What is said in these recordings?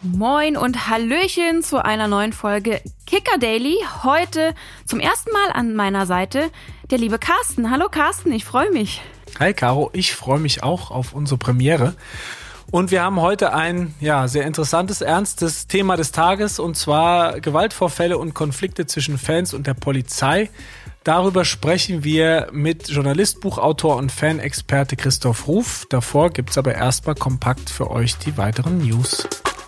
Moin und Hallöchen zu einer neuen Folge Kicker Daily. Heute zum ersten Mal an meiner Seite der liebe Carsten. Hallo Carsten, ich freue mich. Hi Caro, ich freue mich auch auf unsere Premiere. Und wir haben heute ein sehr interessantes, ernstes Thema des Tages, und zwar Gewaltvorfälle und Konflikte zwischen Fans und der Polizei. Darüber sprechen wir mit Journalist, Buchautor und Fanexperte Christoph Ruf. Davor gibt's aber erstmal kompakt für euch die weiteren News.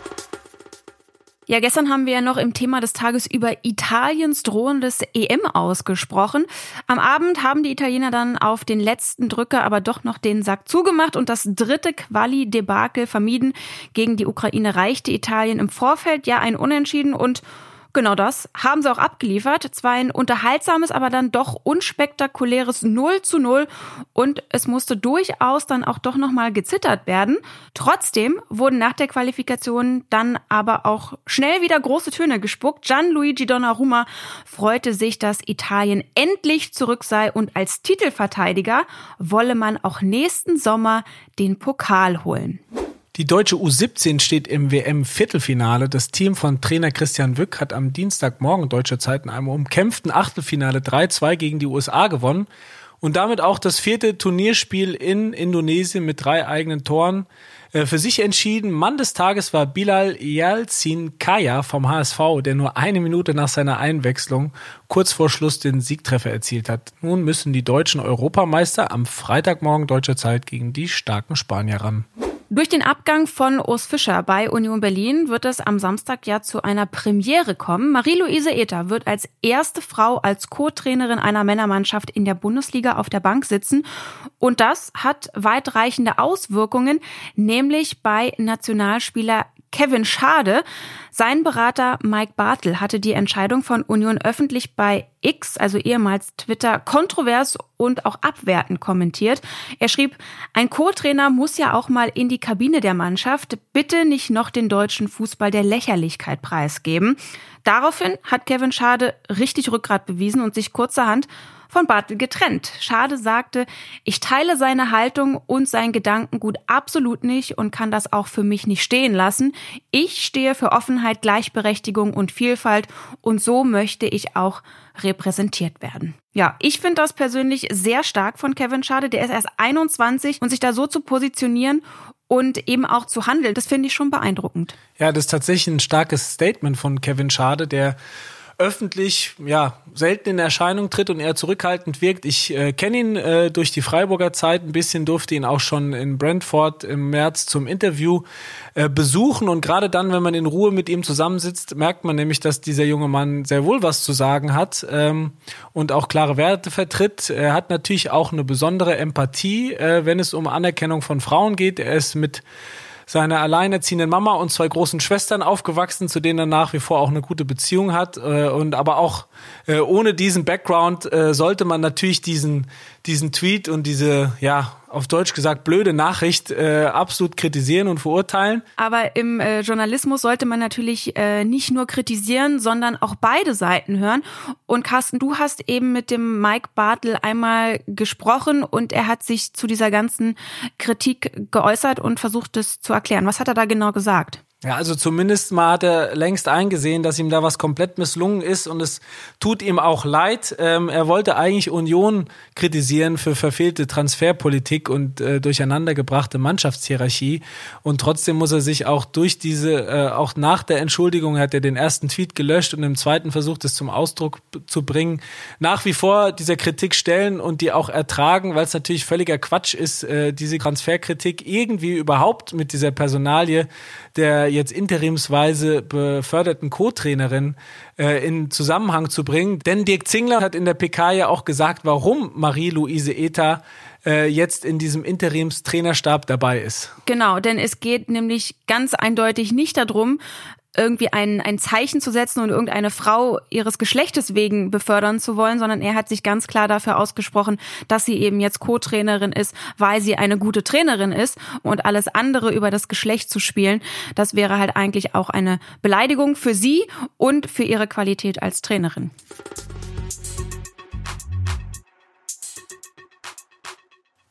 Ja, gestern haben wir ja noch im Thema des Tages über Italiens drohendes EM ausgesprochen. Am Abend haben die Italiener dann auf den letzten Drücker aber doch noch den Sack zugemacht und das dritte Quali-Debakel vermieden. Gegen die Ukraine reichte Italien im Vorfeld ja ein Unentschieden und genau das haben sie auch abgeliefert. Zwar ein unterhaltsames, aber dann doch unspektakuläres 0:0 und es musste durchaus dann auch doch nochmal gezittert werden. Trotzdem wurden nach der Qualifikation dann aber auch schnell wieder große Töne gespuckt. Gianluigi Donnarumma freute sich, dass Italien endlich zurück sei und als Titelverteidiger wolle man auch nächsten Sommer den Pokal holen. Die deutsche U17 steht im WM-Viertelfinale. Das Team von Trainer Christian Wück hat am Dienstagmorgen deutscher Zeit in einem umkämpften Achtelfinale 3:2 gegen die USA gewonnen und damit auch das 4. Turnierspiel in Indonesien mit 3 eigenen Toren für sich entschieden. Mann des Tages war Bilal Yalcin-Kaya vom HSV, der nur 1 Minute nach seiner Einwechslung kurz vor Schluss den Siegtreffer erzielt hat. Nun müssen die deutschen Europameister am Freitagmorgen deutscher Zeit gegen die starken Spanier ran. Durch den Abgang von Urs Fischer bei Union Berlin wird es am Samstag ja zu einer Premiere kommen. Marie-Louise Ether wird als erste Frau als Co-Trainerin einer Männermannschaft in der Bundesliga auf der Bank sitzen. Und das hat weitreichende Auswirkungen, nämlich bei Nationalspieler Kevin Schade. Sein Berater Mike Bartel hatte die Entscheidung von Union öffentlich bei X, also ehemals Twitter, kontrovers und auch abwertend kommentiert. Er schrieb, ein Co-Trainer muss ja auch mal in die Kabine der Mannschaft, bitte nicht noch den deutschen Fußball der Lächerlichkeit preisgeben. Daraufhin hat Kevin Schade richtig Rückgrat bewiesen und sich kurzerhand von Bartel getrennt. Schade sagte, ich teile seine Haltung und sein Gedankengut absolut nicht und kann das auch für mich nicht stehen lassen. Ich stehe für Offenheit, Gleichberechtigung und Vielfalt und so möchte ich auch repräsentiert werden. Ja, ich finde das persönlich sehr stark von Kevin Schade. Der ist erst 21 und sich da so zu positionieren und eben auch zu handeln, das finde ich schon beeindruckend. Ja, das ist tatsächlich ein starkes Statement von Kevin Schade, der öffentlich selten in Erscheinung tritt und eher zurückhaltend wirkt. Ich kenne ihn durch die Freiburger Zeit ein bisschen, durfte ihn auch schon in Brentford im März zum Interview besuchen, und gerade dann, wenn man in Ruhe mit ihm zusammensitzt, merkt man nämlich, dass dieser junge Mann sehr wohl was zu sagen hat und auch klare Werte vertritt. Er hat natürlich auch eine besondere Empathie, wenn es um Anerkennung von Frauen geht. Er ist mit seiner alleinerziehenden Mama und 2 großen Schwestern aufgewachsen, zu denen er nach wie vor auch eine gute Beziehung hat. Und aber auch ohne diesen Background sollte man natürlich diesen Tweet und diese, auf Deutsch gesagt, blöde Nachricht absolut kritisieren und verurteilen. Aber im Journalismus sollte man natürlich nicht nur kritisieren, sondern auch beide Seiten hören. Und Carsten, du hast eben mit dem Mike Bartel einmal gesprochen und er hat sich zu dieser ganzen Kritik geäußert und versucht, es zu erklären. Was hat er da genau gesagt? Ja, also zumindest mal hat er längst eingesehen, dass ihm da was komplett misslungen ist, und es tut ihm auch leid. Er wollte eigentlich Union kritisieren für verfehlte Transferpolitik und durcheinandergebrachte Mannschaftshierarchie, und trotzdem muss er sich auch durch diese, auch nach der Entschuldigung hat er den ersten Tweet gelöscht und im zweiten versucht, es zum Ausdruck zu bringen, nach wie vor dieser Kritik stellen und die auch ertragen, weil es natürlich völliger Quatsch ist, diese Transferkritik irgendwie überhaupt mit dieser Personalie der jetzt interimsweise beförderten Co-Trainerin in Zusammenhang zu bringen. Denn Dirk Zingler hat in der PK ja auch gesagt, warum Marie-Louise Ether jetzt in diesem Interimstrainerstab dabei ist. Genau, denn es geht nämlich ganz eindeutig nicht darum, irgendwie ein Zeichen zu setzen und irgendeine Frau ihres Geschlechtes wegen befördern zu wollen, sondern er hat sich ganz klar dafür ausgesprochen, dass sie eben jetzt Co-Trainerin ist, weil sie eine gute Trainerin ist, und alles andere über das Geschlecht zu spielen, das wäre halt eigentlich auch eine Beleidigung für sie und für ihre Qualität als Trainerin.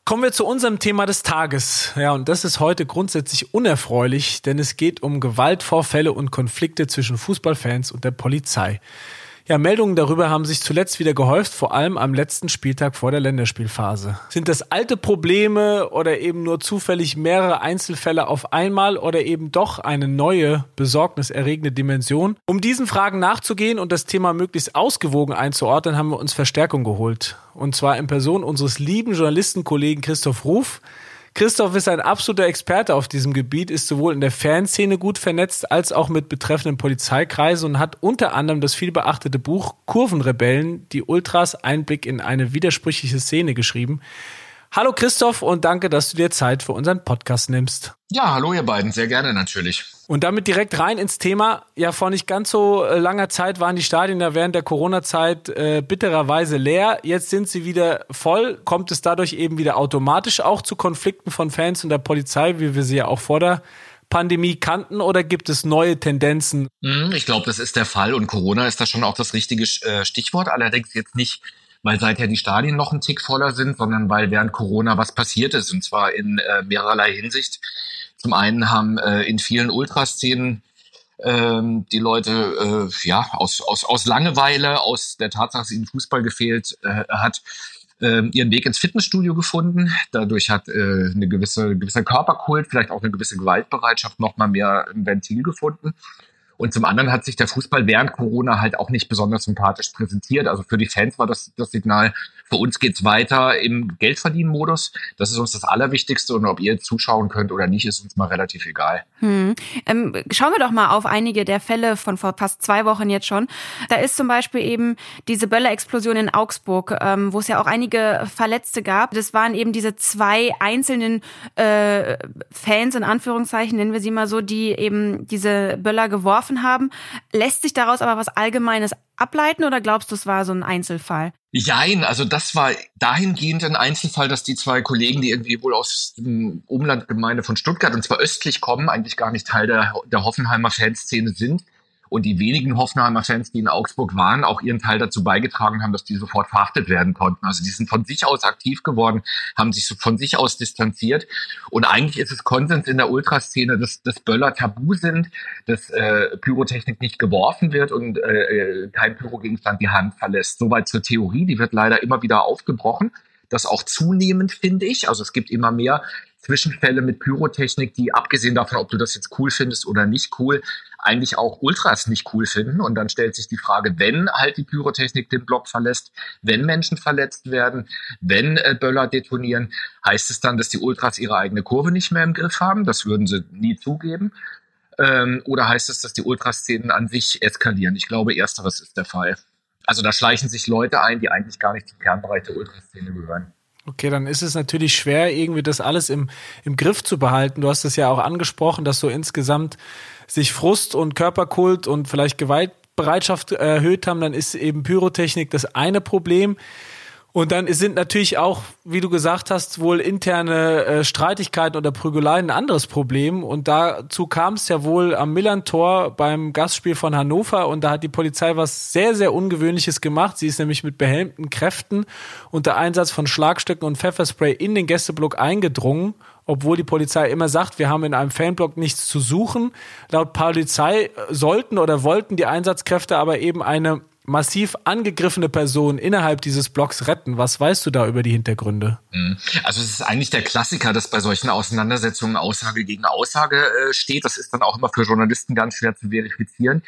Kommen wir zu unserem Thema des Tages. Ja, und das ist heute grundsätzlich unerfreulich, denn es geht um Gewaltvorfälle und Konflikte zwischen Fußballfans und der Polizei. Ja, Meldungen darüber haben sich zuletzt wieder gehäuft, vor allem am letzten Spieltag vor der Länderspielphase. Sind das alte Probleme oder eben nur zufällig mehrere Einzelfälle auf einmal oder eben doch eine neue, besorgniserregende Dimension? Um diesen Fragen nachzugehen und das Thema möglichst ausgewogen einzuordnen, haben wir uns Verstärkung geholt. Und zwar in Person unseres lieben Journalistenkollegen Christoph Ruf. Christoph ist ein absoluter Experte auf diesem Gebiet, ist sowohl in der Fanszene gut vernetzt, als auch mit betreffenden Polizeikreisen und hat unter anderem das vielbeachtete Buch Kurvenrebellen, die Ultras, Einblick in eine widersprüchliche Szene geschrieben. Hallo Christoph und danke, dass du dir Zeit für unseren Podcast nimmst. Ja, hallo ihr beiden, sehr gerne natürlich. Und damit direkt rein ins Thema. Ja, vor nicht ganz so langer Zeit waren die Stadien ja während der Corona-Zeit bittererweise leer. Jetzt sind sie wieder voll. Kommt es dadurch eben wieder automatisch auch zu Konflikten von Fans und der Polizei, wie wir sie ja auch vor der Pandemie kannten, oder gibt es neue Tendenzen? Ich glaube, das ist der Fall und Corona ist da schon auch das richtige Stichwort. Allerdings jetzt nicht, weil seither die Stadien noch ein Tick voller sind, sondern weil während Corona was passiert ist, und zwar in mehrerlei Hinsicht. Zum einen haben in vielen Ultraszenen die Leute aus Langeweile, aus der Tatsache, dass ihnen Fußball gefehlt hat, ihren Weg ins Fitnessstudio gefunden. Dadurch hat eine gewisser Körperkult, vielleicht auch eine gewisse Gewaltbereitschaft noch mal mehr ein Ventil gefunden. Und zum anderen hat sich der Fußball während Corona halt auch nicht besonders sympathisch präsentiert. Also für die Fans war das Signal, für uns geht's weiter im Geldverdienen-Modus. Das ist uns das Allerwichtigste. Und ob ihr zuschauen könnt oder nicht, ist uns mal relativ egal. Schauen wir doch mal auf einige der Fälle von vor fast 2 Wochen jetzt schon. Da ist zum Beispiel eben diese Böller-Explosion in Augsburg, wo es ja auch einige Verletzte gab. Das waren eben diese 2 einzelnen Fans, in Anführungszeichen, nennen wir sie mal so, die eben diese Böller geworfen haben. Lässt sich daraus aber was Allgemeines ableiten oder glaubst du, es war so ein Einzelfall? Jein, also das war dahingehend ein Einzelfall, dass die 2 Kollegen, die irgendwie wohl aus dem Umlandgemeinde von Stuttgart und zwar östlich kommen, eigentlich gar nicht Teil der Hoffenheimer Fanszene sind. Und die wenigen Hoffenheimer Fans, die in Augsburg waren, auch ihren Teil dazu beigetragen haben, dass die sofort verhaftet werden konnten. Also die sind von sich aus aktiv geworden, haben sich von sich aus distanziert. Und eigentlich ist es Konsens in der Ultraszene, dass Böller tabu sind, dass Pyrotechnik nicht geworfen wird und kein Pyrogegenstand die Hand verlässt. Soweit zur Theorie, die wird leider immer wieder aufgebrochen. Das auch zunehmend, finde ich. Also es gibt immer mehr Zwischenfälle mit Pyrotechnik, die abgesehen davon, ob du das jetzt cool findest oder nicht cool, eigentlich auch Ultras nicht cool finden. Und dann stellt sich die Frage, wenn halt die Pyrotechnik den Block verlässt, wenn Menschen verletzt werden, wenn Böller detonieren, heißt es dann, dass die Ultras ihre eigene Kurve nicht mehr im Griff haben? Das würden sie nie zugeben. Oder heißt es, dass die Ultraszenen an sich eskalieren? Ich glaube, ersteres ist der Fall. Also da schleichen sich Leute ein, die eigentlich gar nicht zum Kernbereich der Ultraszene gehören. Okay, dann ist es natürlich schwer, irgendwie das alles im Griff zu behalten. Du hast es ja auch angesprochen, dass so insgesamt sich Frust und Körperkult und vielleicht Gewaltbereitschaft erhöht haben. Dann ist eben Pyrotechnik das eine Problem. Und dann sind natürlich auch, wie du gesagt hast, wohl interne Streitigkeiten oder Prügeleien ein anderes Problem. Und dazu kam es ja wohl am Millerntor beim Gastspiel von Hannover. Und da hat die Polizei was sehr, sehr Ungewöhnliches gemacht. Sie ist nämlich mit behelmten Kräften unter Einsatz von Schlagstöcken und Pfefferspray in den Gästeblock eingedrungen, obwohl die Polizei immer sagt, wir haben in einem Fanblock nichts zu suchen. Laut Polizei sollten oder wollten die Einsatzkräfte aber eben eine massiv angegriffene Person innerhalb dieses Blocks retten. Was weißt du da über die Hintergründe? Also es ist eigentlich der Klassiker, dass bei solchen Auseinandersetzungen Aussage gegen Aussage steht. Das ist dann auch immer für Journalisten ganz schwer zu verifizieren.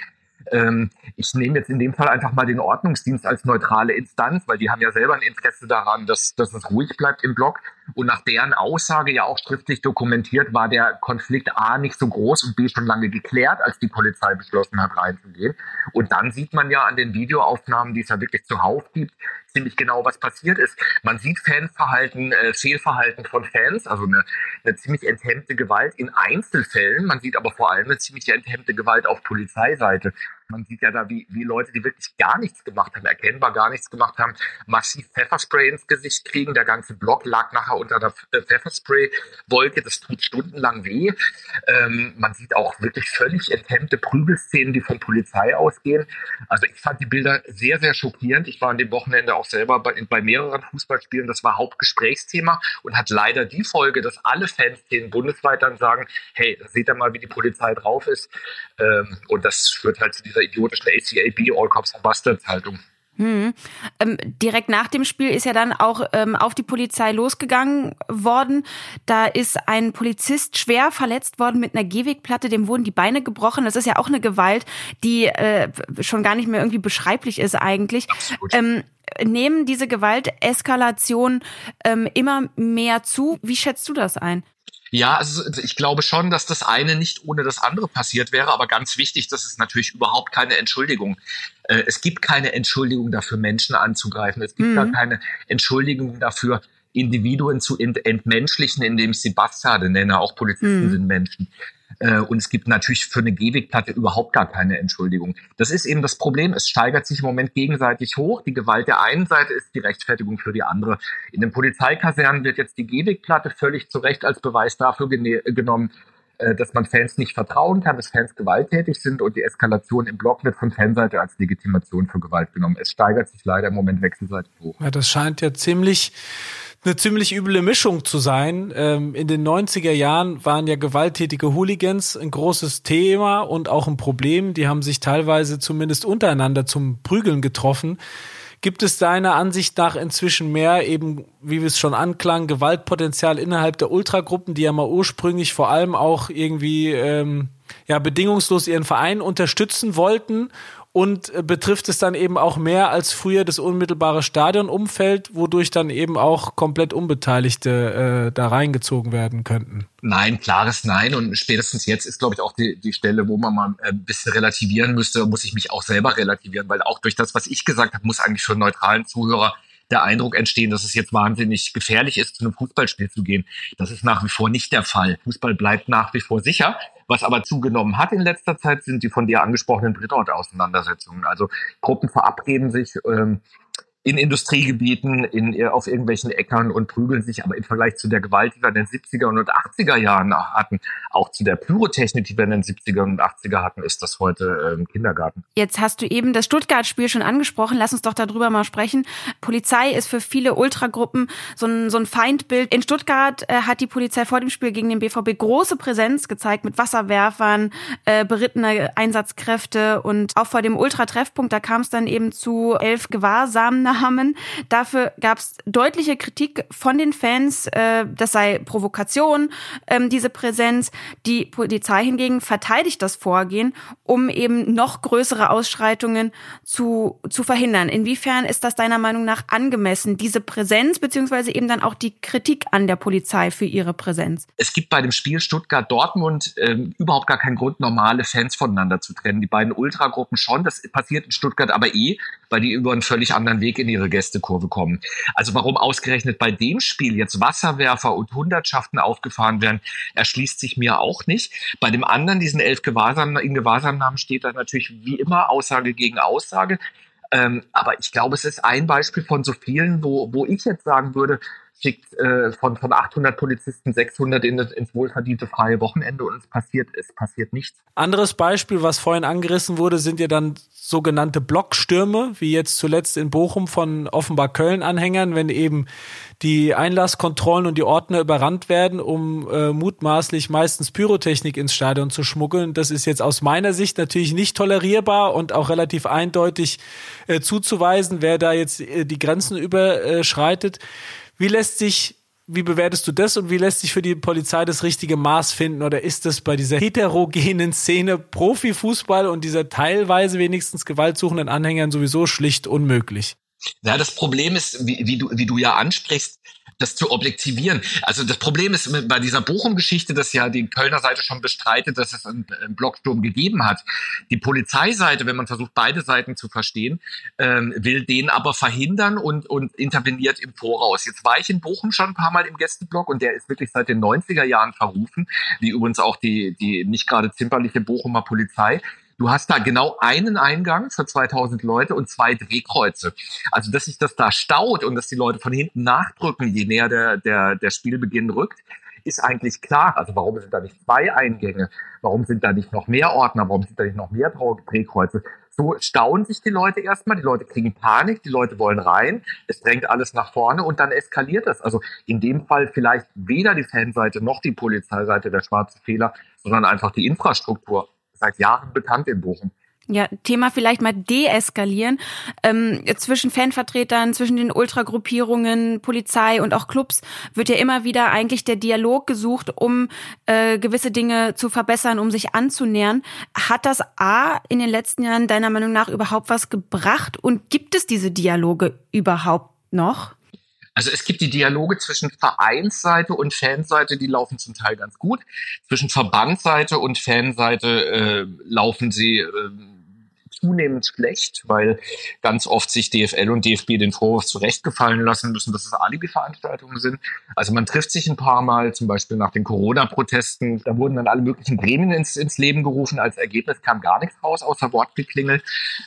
Ich nehme jetzt in dem Fall einfach mal den Ordnungsdienst als neutrale Instanz, weil die haben ja selber ein Interesse daran, dass es ruhig bleibt im Block. Und nach deren Aussage ja auch schriftlich dokumentiert, war der Konflikt A nicht so groß und B schon lange geklärt, als die Polizei beschlossen hat, reinzugehen. Und dann sieht man ja an den Videoaufnahmen, die es ja wirklich zuhauf gibt, ziemlich genau, was passiert ist. Man sieht Fanverhalten, Fehlverhalten von Fans, also eine ziemlich enthemmte Gewalt in Einzelfällen. Man sieht aber vor allem eine ziemlich enthemmte Gewalt auf Polizeiseite. Man sieht ja da, wie Leute, die wirklich gar nichts gemacht haben, erkennbar gar nichts gemacht haben, massiv Pfefferspray ins Gesicht kriegen. Der ganze Block lag nachher unter der Pfefferspray-Wolke. Das tut stundenlang weh. Man sieht auch wirklich völlig enthemmte Prügelszenen, die von Polizei ausgehen. Also ich fand die Bilder sehr, sehr schockierend. Ich war an dem Wochenende auch selber bei mehreren Fußballspielen. Das war Hauptgesprächsthema und hat leider die Folge, dass alle Fanszenen bundesweit dann sagen, hey, seht ihr mal, wie die Polizei drauf ist. Und das führt halt zu dieser idiotischen ACAB, All Cops are Bastards Haltung. Direkt nach dem Spiel ist ja dann auch auf die Polizei losgegangen worden. Da ist ein Polizist schwer verletzt worden mit einer Gehwegplatte, dem wurden die Beine gebrochen. Das ist ja auch eine Gewalt, die schon gar nicht mehr irgendwie beschreiblich ist eigentlich. Nehmen diese Gewalteskalationen immer mehr zu? Wie schätzt du das ein? Ja, also ich glaube schon, dass das eine nicht ohne das andere passiert wäre, aber ganz wichtig, das ist natürlich überhaupt keine Entschuldigung. Es gibt keine Entschuldigung dafür, Menschen anzugreifen. Es gibt gar keine Entschuldigung dafür, Individuen zu entmenschlichen, indem ich sie Bastarde nenne. Auch Polizisten sind Menschen. Und es gibt natürlich für eine Gehwegplatte überhaupt gar keine Entschuldigung. Das ist eben das Problem. Es steigert sich im Moment gegenseitig hoch. Die Gewalt der einen Seite ist die Rechtfertigung für die andere. In den Polizeikasernen wird jetzt die Gehwegplatte völlig zu Recht als Beweis dafür genommen, dass man Fans nicht vertrauen kann, dass Fans gewalttätig sind, und die Eskalation im Block wird von Fanseite als Legitimation für Gewalt genommen. Es steigert sich leider im Moment wechselseitig hoch. Ja, das scheint ja eine ziemlich üble Mischung zu sein. In den 90er Jahren waren ja gewalttätige Hooligans ein großes Thema und auch ein Problem. Die haben sich teilweise zumindest untereinander zum Prügeln getroffen. Gibt es deiner Ansicht nach inzwischen mehr eben, wie wir es schon anklang, Gewaltpotenzial innerhalb der Ultragruppen, die ja mal ursprünglich vor allem auch irgendwie bedingungslos ihren Verein unterstützen wollten? Und betrifft es dann eben auch mehr als früher das unmittelbare Stadionumfeld, wodurch dann eben auch komplett Unbeteiligte da reingezogen werden könnten? Nein, klares Nein. Und spätestens jetzt ist, glaube ich, auch die Stelle, wo man mal ein bisschen relativieren müsste, muss ich mich auch selber relativieren, weil auch durch das, was ich gesagt habe, muss eigentlich für einen neutralen Zuhörer der Eindruck entstehen, dass es jetzt wahnsinnig gefährlich ist, zu einem Fußballspiel zu gehen. Das ist nach wie vor nicht der Fall. Fußball bleibt nach wie vor sicher. Was aber zugenommen hat in letzter Zeit, sind die von dir angesprochenen Dritten-Auseinandersetzungen. Also Gruppen verabreden sich in Industriegebieten, auf irgendwelchen Äckern und prügeln sich, aber im Vergleich zu der Gewalt, die wir in den 70er und 80er Jahren hatten, auch zu der Pyrotechnik, die wir in den 70er und 80er hatten, ist das heute Kindergarten. Jetzt hast du eben das Stuttgart-Spiel schon angesprochen. Lass uns doch darüber mal sprechen. Polizei ist für viele Ultragruppen so ein Feindbild. In Stuttgart hat die Polizei vor dem Spiel gegen den BVB große Präsenz gezeigt mit Wasserwerfern, berittene Einsatzkräfte, und auch vor dem Ultra-Treffpunkt, da kam es dann eben zu 11 Gewahrsamnahmen. Dafür gab es deutliche Kritik von den Fans, das sei Provokation, diese Präsenz. Die Polizei hingegen verteidigt das Vorgehen, um eben noch größere Ausschreitungen zu verhindern. Inwiefern ist das deiner Meinung nach angemessen, diese Präsenz, beziehungsweise eben dann auch die Kritik an der Polizei für ihre Präsenz? Es gibt bei dem Spiel Stuttgart-Dortmund überhaupt gar keinen Grund, normale Fans voneinander zu trennen. Die beiden Ultragruppen schon, das passiert in Stuttgart aber weil die über einen völlig anderen Weg in ihre Gästekurve kommen. Also warum ausgerechnet bei dem Spiel jetzt Wasserwerfer und Hundertschaften aufgefahren werden, erschließt sich mir auch nicht. Bei dem anderen, diesen 11 Gewahrsamnahmen, steht da natürlich wie immer Aussage gegen Aussage. Aber ich glaube, es ist ein Beispiel von so vielen, wo ich jetzt sagen würde, schickt von 800 Polizisten 600 ins wohlverdiente freie Wochenende und es passiert nichts. Anderes Beispiel, was vorhin angerissen wurde, sind ja dann sogenannte Blockstürme, wie jetzt zuletzt in Bochum von offenbar Köln-Anhängern, wenn eben die Einlasskontrollen und die Ordner überrannt werden, um mutmaßlich meistens Pyrotechnik ins Stadion zu schmuggeln. Das ist jetzt aus meiner Sicht natürlich nicht tolerierbar und auch relativ eindeutig zuzuweisen, wer da jetzt die Grenzen überschreitet. Wie bewertest du das und wie lässt sich für die Polizei das richtige Maß finden? Oder ist das bei dieser heterogenen Szene Profifußball und dieser teilweise wenigstens gewaltsuchenden Anhängern sowieso schlicht unmöglich? Ja, das Problem ist, wie du ja ansprichst, das zu objektivieren. Also das Problem ist bei dieser Bochum-Geschichte, dass ja die Kölner Seite schon bestreitet, dass es einen Blocksturm gegeben hat. Die Polizeiseite, wenn man versucht, beide Seiten zu verstehen, will den aber verhindern und interveniert im Voraus. Jetzt war ich in Bochum schon ein paar Mal im Gästeblock und der ist wirklich seit den 90er Jahren verrufen, wie übrigens auch die nicht gerade zimperliche Bochumer Polizei. Du hast da genau einen Eingang für 2000 Leute und 2 Drehkreuze. Also, dass sich das da staut und dass die Leute von hinten nachdrücken, je näher der Spielbeginn rückt, ist eigentlich klar. Also, warum sind da nicht 2 Eingänge? Warum sind da nicht noch mehr Ordner? Warum sind da nicht noch mehr Drehkreuze? So staunen sich die Leute erstmal. Die Leute kriegen Panik. Die Leute wollen rein. Es drängt alles nach vorne und dann eskaliert es. Also, in dem Fall vielleicht weder die Fanseite noch die Polizeiseite der schwarze Fehler, sondern einfach die Infrastruktur. Seit Jahren bekannt in Bochum. Ja, Thema vielleicht mal deeskalieren. Zwischen Fanvertretern, zwischen den Ultragruppierungen, Polizei und auch Clubs wird ja immer wieder eigentlich der Dialog gesucht, um gewisse Dinge zu verbessern, um sich anzunähern. Hat das in den letzten Jahren deiner Meinung nach überhaupt was gebracht? Und gibt es diese Dialoge überhaupt noch? Also es gibt die Dialoge zwischen Vereinsseite und Fanseite, die laufen zum Teil ganz gut. Zwischen Verbandsseite und Fanseite laufen sie zunehmend schlecht, weil ganz oft sich DFL und DFB den Vorwurf zurechtgefallen lassen müssen, dass es Alibi-Veranstaltungen sind. Also man trifft sich ein paar Mal, zum Beispiel nach den Corona-Protesten. Da wurden dann alle möglichen Gremien ins Leben gerufen. Als Ergebnis kam gar nichts raus, außer Wortgeklingel.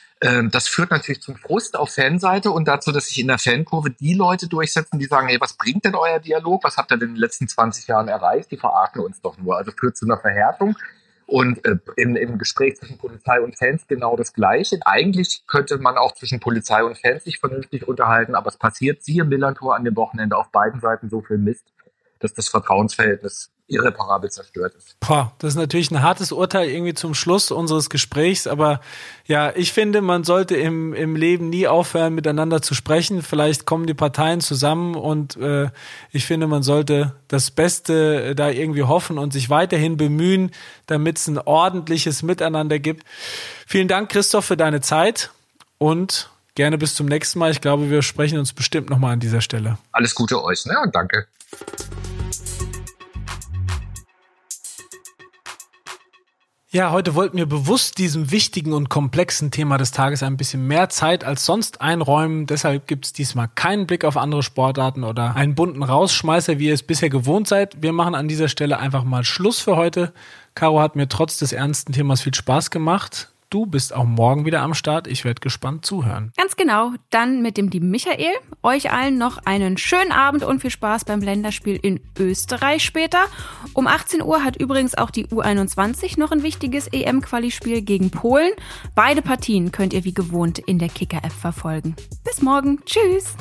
Das führt natürlich zum Frust auf Fanseite und dazu, dass sich in der Fankurve die Leute durchsetzen, die sagen, hey, was bringt denn euer Dialog? Was habt ihr denn in den letzten 20 Jahren erreicht? Die verarschen uns doch nur. Also führt zu einer Verhärtung. Und im Gespräch zwischen Polizei und Fans genau das Gleiche. Eigentlich könnte man auch zwischen Polizei und Fans sich vernünftig unterhalten, aber es passiert, siehe Millerntor an dem Wochenende, auf beiden Seiten so viel Mist, dass das Vertrauensverhältnis irreparabel zerstört ist. Das ist natürlich ein hartes Urteil irgendwie zum Schluss unseres Gesprächs, aber ja, ich finde, man sollte im Leben nie aufhören, miteinander zu sprechen. Vielleicht kommen die Parteien zusammen und ich finde, man sollte das Beste da irgendwie hoffen und sich weiterhin bemühen, damit es ein ordentliches Miteinander gibt. Vielen Dank, Christoph, für deine Zeit und gerne bis zum nächsten Mal. Ich glaube, wir sprechen uns bestimmt nochmal an dieser Stelle. Alles Gute euch, ne? Und danke. Ja, heute wollten wir bewusst diesem wichtigen und komplexen Thema des Tages ein bisschen mehr Zeit als sonst einräumen. Deshalb gibt es diesmal keinen Blick auf andere Sportarten oder einen bunten Rausschmeißer, wie ihr es bisher gewohnt seid. Wir machen an dieser Stelle einfach mal Schluss für heute. Caro, hat mir trotz des ernsten Themas viel Spaß gemacht. Du bist auch morgen wieder am Start. Ich werde gespannt zuhören. Ganz genau. Dann mit dem lieben Michael. Euch allen noch einen schönen Abend und viel Spaß beim Länderspiel in Österreich später. Um 18 Uhr hat übrigens auch die U21 noch ein wichtiges EM-Quali-Spiel gegen Polen. Beide Partien könnt ihr wie gewohnt in der Kicker-App verfolgen. Bis morgen. Tschüss.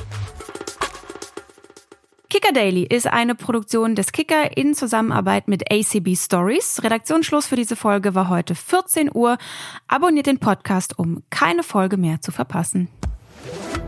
Kicker Daily ist eine Produktion des Kicker in Zusammenarbeit mit ACB Stories. Redaktionsschluss für diese Folge war heute 14 Uhr. Abonniert den Podcast, um keine Folge mehr zu verpassen.